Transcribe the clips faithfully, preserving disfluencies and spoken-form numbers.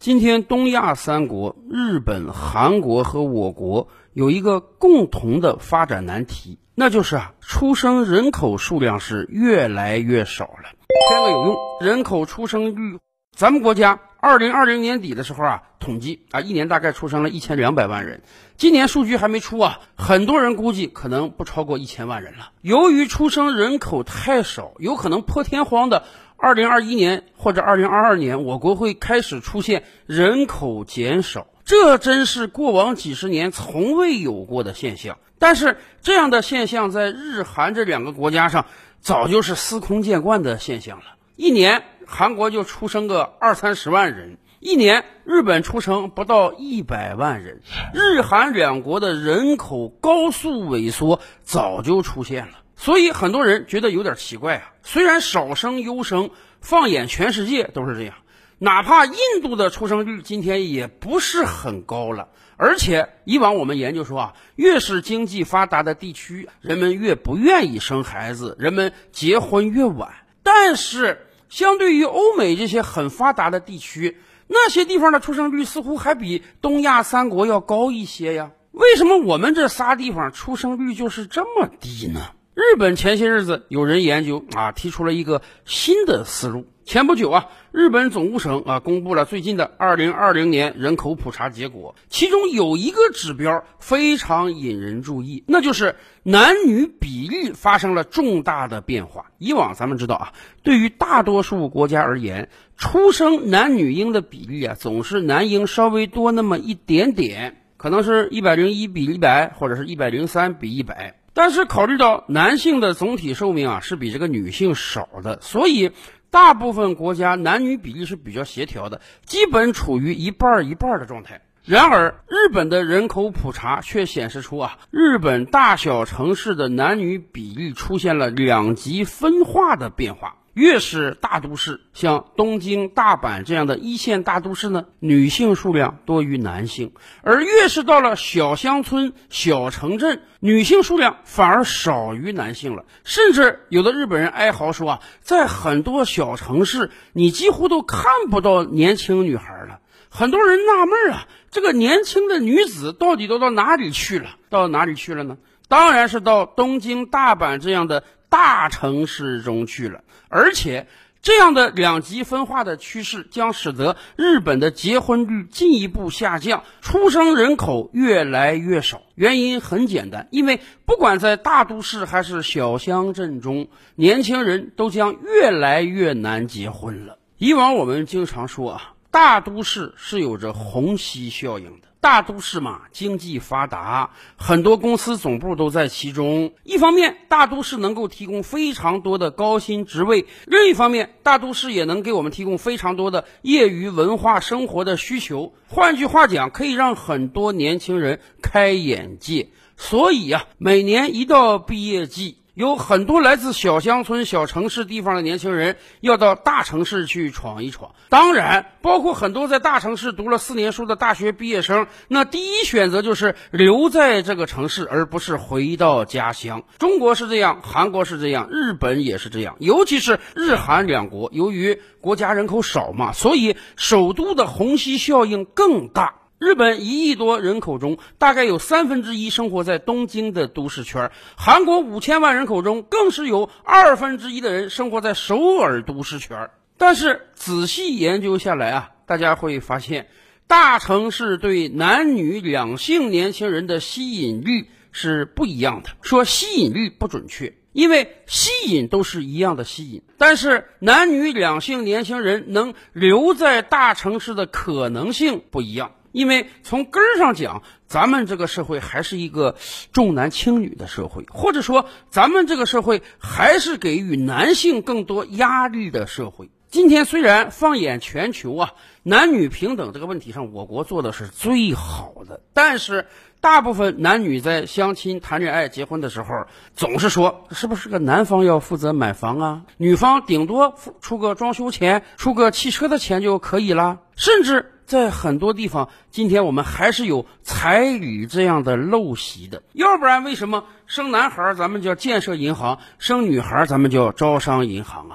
今天东亚三国日本、韩国和我国有一个共同的发展难题，那就是啊，出生人口数量是越来越少了。添个有用，人口出生率，咱们国家二零二零年底的时候啊，统计啊，一年大概出生了一千两百万人。今年数据还没出啊，很多人估计可能不超过一千万人了。由于出生人口太少，有可能破天荒的二零二一年或者二零二二年，我国会开始出现人口减少，这真是过往几十年从未有过的现象。但是这样的现象在日韩这两个国家上早就是司空见惯的现象了。一年韩国就出生个二三十万人，一年日本出生不到一百万人，日韩两国的人口高速萎缩早就出现了。所以很多人觉得有点奇怪啊，虽然少生优生，放眼全世界都是这样，哪怕印度的出生率今天也不是很高了。而且以往我们研究说啊，越是经济发达的地区，人们越不愿意生孩子，人们结婚越晚。但是相对于欧美这些很发达的地区，那些地方的出生率似乎还比东亚三国要高一些呀。为什么我们这仨地方出生率就是这么低呢？日本前些日子有人研究啊，提出了一个新的思路。前不久啊，日本总务省啊公布了最近的二零二零年人口普查结果，其中有一个指标非常引人注意，那就是男女比例发生了重大的变化。以往咱们知道啊，对于大多数国家而言，出生男女婴的比例啊总是男婴稍微多那么一点点，可能是一百零一比一百，或者是一百零三比一百。但是考虑到男性的总体寿命啊是比这个女性少的，所以大部分国家男女比例是比较协调的，基本处于一半一半的状态。然而日本的人口普查却显示出啊，日本大小城市的男女比例出现了两极分化的变化。越是大都市，像东京、大阪这样的一线大都市呢，女性数量多于男性，而越是到了小乡村、小城镇，女性数量反而少于男性了。甚至有的日本人哀嚎说啊，在很多小城市，你几乎都看不到年轻女孩了。很多人纳闷啊，这个年轻的女子到底都到哪里去了？到哪里去了呢？当然是到东京、大阪这样的大城市中去了。而且这样的两极分化的趋势将使得日本的结婚率进一步下降，出生人口越来越少。原因很简单，因为不管在大都市还是小乡镇中，年轻人都将越来越难结婚了。以往我们经常说啊，大都市是有着虹吸效应的。大都市嘛，经济发达，很多公司总部都在其中。一方面，大都市能够提供非常多的高薪职位；另一方面，大都市也能给我们提供非常多的业余文化生活的需求。换句话讲，可以让很多年轻人开眼界。所以啊，每年一到毕业季，有很多来自小乡村、小城市地方的年轻人要到大城市去闯一闯。当然，包括很多在大城市读了四年书的大学毕业生，那第一选择就是留在这个城市，而不是回到家乡。中国是这样，韩国是这样，日本也是这样。尤其是日韩两国，由于国家人口少嘛，所以首都的虹吸效应更大。日本一亿多人口中，大概有三分之一生活在东京的都市圈。韩国五千万人口中，更是有二分之一的人生活在首尔都市圈。但是仔细研究下来啊，大家会发现，大城市对男女两性年轻人的吸引力是不一样的。说吸引力不准确，因为吸引都是一样的吸引，但是男女两性年轻人能留在大城市的可能性不一样。因为从根儿上讲，咱们这个社会还是一个重男轻女的社会，或者说咱们这个社会还是给予男性更多压力的社会。今天虽然放眼全球啊，男女平等这个问题上我国做的是最好的，但是大部分男女在相亲、谈恋爱、结婚的时候，总是说是不是个男方要负责买房啊，女方顶多出个装修钱、出个汽车的钱就可以了。甚至在很多地方，今天我们还是有彩礼这样的陋习的。要不然为什么生男孩咱们叫建设银行，生女孩咱们叫招商银行啊？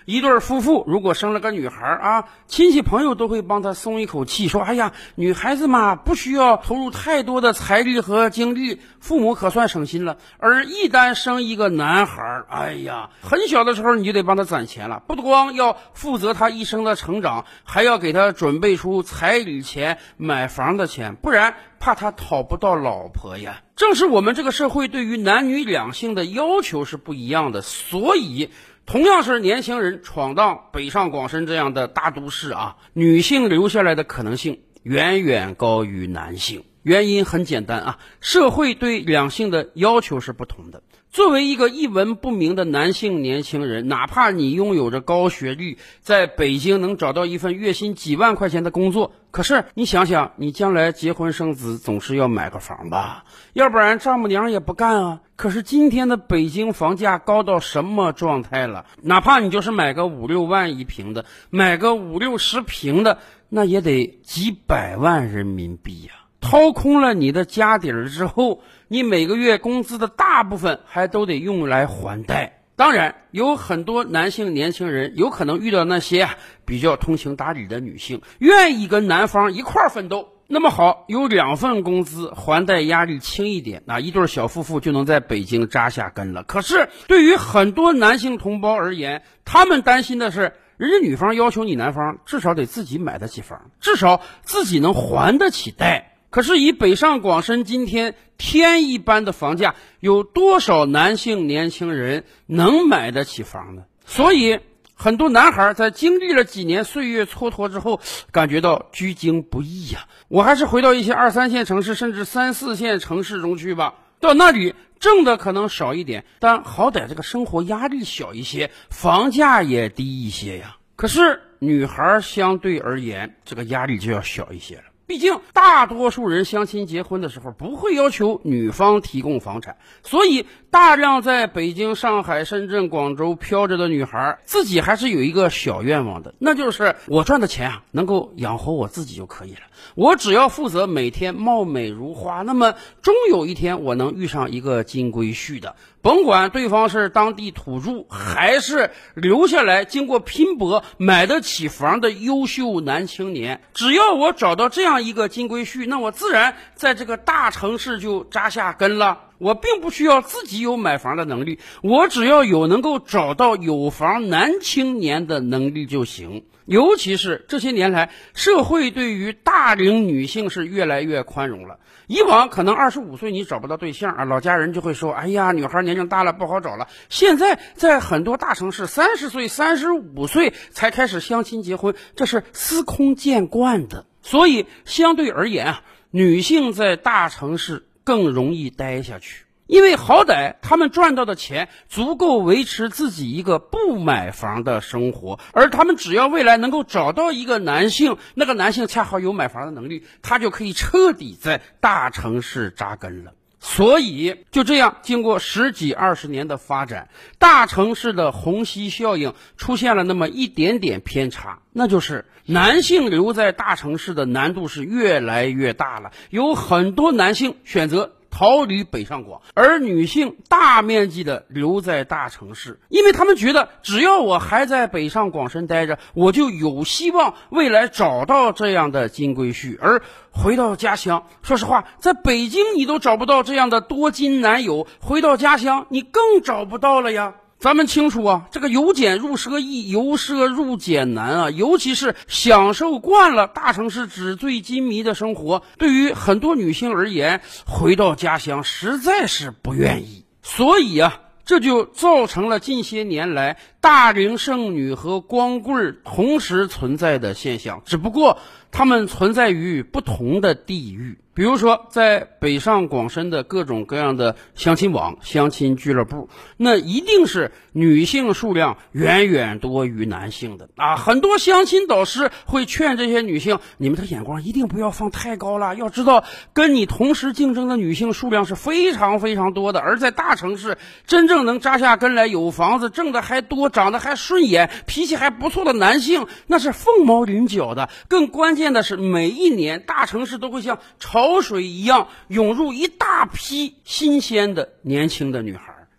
一对夫妇如果生了个女孩啊，亲戚朋友都会帮他松一口气，说哎呀，女孩子嘛，不需要投入太多的财力和精力，父母可算省心了。而一旦生一个男孩，哎呀，很小的时候你就得帮他攒钱了，不光要负责他一生的成长，还要给他准备出彩礼钱、买房的钱，不然怕他讨不到老婆呀。正是我们这个社会对于男女两性的要求是不一样的，所以同样是年轻人闯荡北上广深这样的大都市啊，女性留下来的可能性远远高于男性。原因很简单啊，社会对两性的要求是不同的。作为一个一文不名的男性年轻人，哪怕你拥有着高学历，在北京能找到一份月薪几万块钱的工作，可是你想想，你将来结婚生子总是要买个房吧，要不然丈母娘也不干啊。可是今天的北京房价高到什么状态了？哪怕你就是买个五六万一平的，买个五六十平的，那也得几百万人民币呀、啊。掏空了你的家底儿之后，你每个月工资的大部分还都得用来还贷。当然，有很多男性年轻人有可能遇到那些比较通情达理的女性，愿意跟男方一块儿奋斗。那么好，有两份工资，还贷压力轻一点，那一对小夫妇就能在北京扎下根了。可是对于很多男性同胞而言，他们担心的是，人家女方要求你男方至少得自己买得起房，至少自己能还得起贷。可是以北上广深今天天一般的房价，有多少男性年轻人能买得起房呢？所以很多男孩在经历了几年岁月蹉跎之后，感觉到居京不易呀、啊。我还是回到一些二三线城市甚至三四线城市中去吧，到那里挣的可能少一点，但好歹这个生活压力小一些，房价也低一些呀。可是女孩相对而言，这个压力就要小一些了。毕竟大多数人相亲结婚的时候不会要求女方提供房产，所以大量在北京、上海、深圳、广州飘着的女孩自己还是有一个小愿望的，那就是我赚的钱啊能够养活我自己就可以了，我只要负责每天貌美如花，那么终有一天我能遇上一个金龟婿的，甭管对方是当地土著还是留下来经过拼搏买得起房的优秀男青年，只要我找到这样一个金龟婿，那我自然在这个大城市就扎下根了。我并不需要自己有买房的能力，我只要有能够找到有房男青年的能力就行。尤其是这些年来，社会对于大龄女性是越来越宽容了。以往可能二十五岁你找不到对象啊，老家人就会说，哎呀，女孩年龄大了不好找了。现在在很多大城市，三十岁、三十五岁才开始相亲结婚，这是司空见惯的。所以相对而言啊，女性在大城市更容易待下去，因为好歹他们赚到的钱足够维持自己一个不买房的生活，而他们只要未来能够找到一个男性，那个男性恰好有买房的能力，他就可以彻底在大城市扎根了。所以就这样，经过十几二十年的发展，大城市的虹吸效应出现了那么一点点偏差，那就是男性留在大城市的难度是越来越大了，有很多男性选择逃离北上广，而女性大面积的留在大城市，因为他们觉得只要我还在北上广深待着，我就有希望未来找到这样的金龟婿。而回到家乡，说实话，在北京你都找不到这样的多金男友，回到家乡你更找不到了呀。咱们清楚啊，这个由俭入奢易，由奢入俭难啊，尤其是享受惯了大城市纸醉金迷的生活，对于很多女性而言，回到家乡实在是不愿意。所以啊，这就造成了近些年来大龄剩女和光棍同时存在的现象，只不过它们存在于不同的地域。比如说在北上广深的各种各样的相亲网、相亲俱乐部，那一定是女性数量远远多于男性的啊！很多相亲导师会劝这些女性，你们的眼光一定不要放太高了，要知道跟你同时竞争的女性数量是非常非常多的，而在大城市真正能扎下根来有房子、挣的还多、长得还顺眼、脾气还不错的男性那是凤毛麟角的。更关键的是，每一年大城市都会像潮水一样涌入一大批新鲜的年轻的女孩，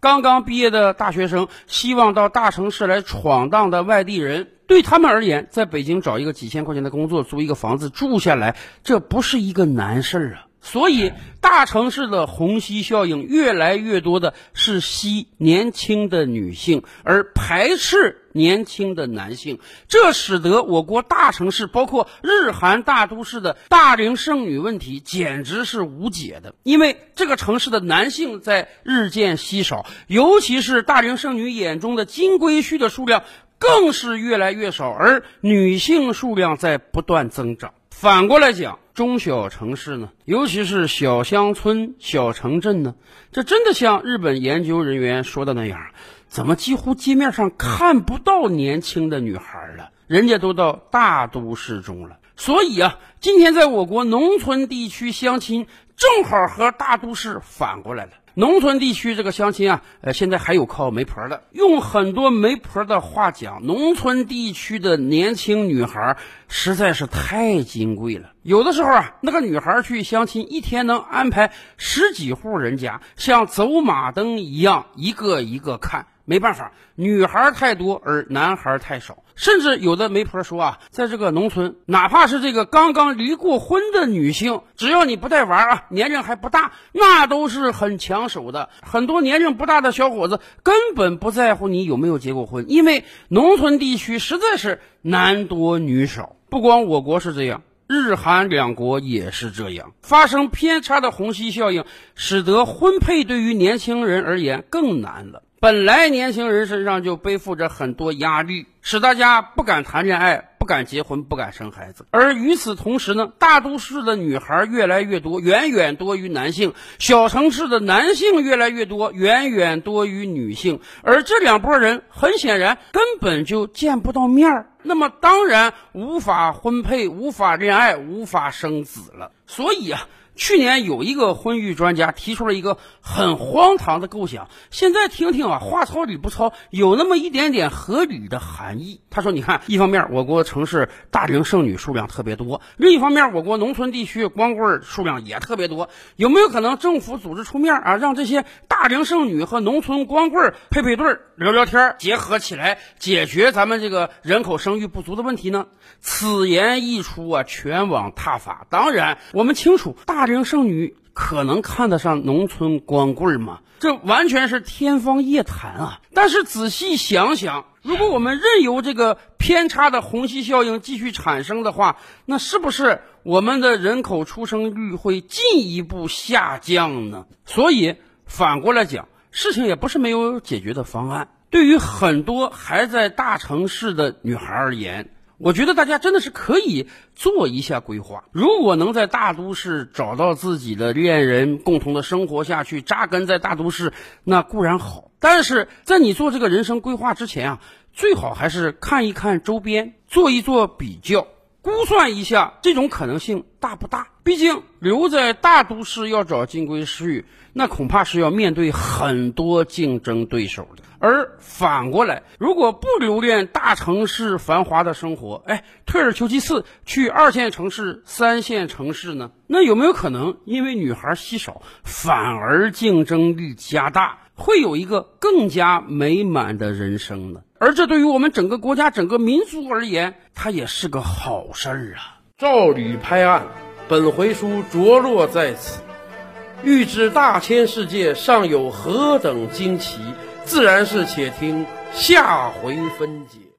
刚刚毕业的大学生，希望到大城市来闯荡的外地人，对他们而言，在北京找一个几千块钱的工作，租一个房子住下来，这不是一个难事儿啊。所以大城市的虹吸效应越来越多的是吸年轻的女性，而排斥年轻的男性，这使得我国大城市包括日韩大都市的大龄剩女问题简直是无解的。因为这个城市的男性在日渐稀少，尤其是大龄剩女眼中的金龟婿的数量更是越来越少，而女性数量在不断增长。反过来讲，中小城市呢，尤其是小乡村、小城镇呢，这真的像日本研究人员说的那样，怎么几乎街面上看不到年轻的女孩了？人家都到大都市中了。所以啊，今天在我国农村地区相亲，正好和大都市反过来了。农村地区这个相亲啊，呃，现在还有靠媒婆的。用很多媒婆的话讲，农村地区的年轻女孩实在是太金贵了。有的时候啊，那个女孩去相亲，一天能安排十几户人家，像走马灯一样，一个一个看。没办法，女孩太多而男孩太少。甚至有的媒婆说啊，在这个农村，哪怕是这个刚刚离过婚的女性，只要你不带娃啊，年龄还不大，那都是很抢手的。很多年龄不大的小伙子根本不在乎你有没有结过婚，因为农村地区实在是男多女少。不光我国是这样，日韩两国也是这样，发生偏差的虹吸效应，使得婚配对于年轻人而言更难了。本来年轻人身上就背负着很多压力，使大家不敢谈恋爱，不敢结婚，不敢生孩子。而与此同时呢，大都市的女孩越来越多，远远多于男性；小城市的男性越来越多，远远多于女性。而这两拨人很显然根本就见不到面儿，那么当然无法婚配，无法恋爱，无法生子了。所以啊，去年有一个婚育专家提出了一个很荒唐的构想，现在听听啊，话糙理不糙，有那么一点点合理的含义。他说，你看，一方面我国城市大龄剩女数量特别多，另一方面我国农村地区光棍数量也特别多，有没有可能政府组织出面啊，让这些大龄剩女和农村光棍配配对聊聊天，结合起来解决咱们这个人口生育不足的问题呢？此言一出啊，全网挞伐。当然我们清楚，大龄剩女可能看得上农村光棍吗？这完全是天方夜谭啊！但是仔细想想，如果我们任由这个偏差的虹吸效应继续产生的话，那是不是我们的人口出生率会进一步下降呢？所以反过来讲，事情也不是没有解决的方案。对于很多还在大城市的女孩而言，我觉得大家真的是可以做一下规划。如果能在大都市找到自己的恋人，共同的生活下去，扎根在大都市，那固然好。但是在你做这个人生规划之前啊，最好还是看一看周边，做一做比较，估算一下这种可能性大不大。毕竟留在大都市要找金龟婿，那恐怕是要面对很多竞争对手的。而反过来，如果不留恋大城市繁华的生活，哎，退而求其次，去二线城市、三线城市呢？那有没有可能因为女孩稀少，反而竞争力加大，会有一个更加美满的人生呢？而这对于我们整个国家、整个民族而言，它也是个好事儿啊！照吕拍案，本回书着落在此。欲知大千世界尚有何等惊奇，自然是且听下回分解。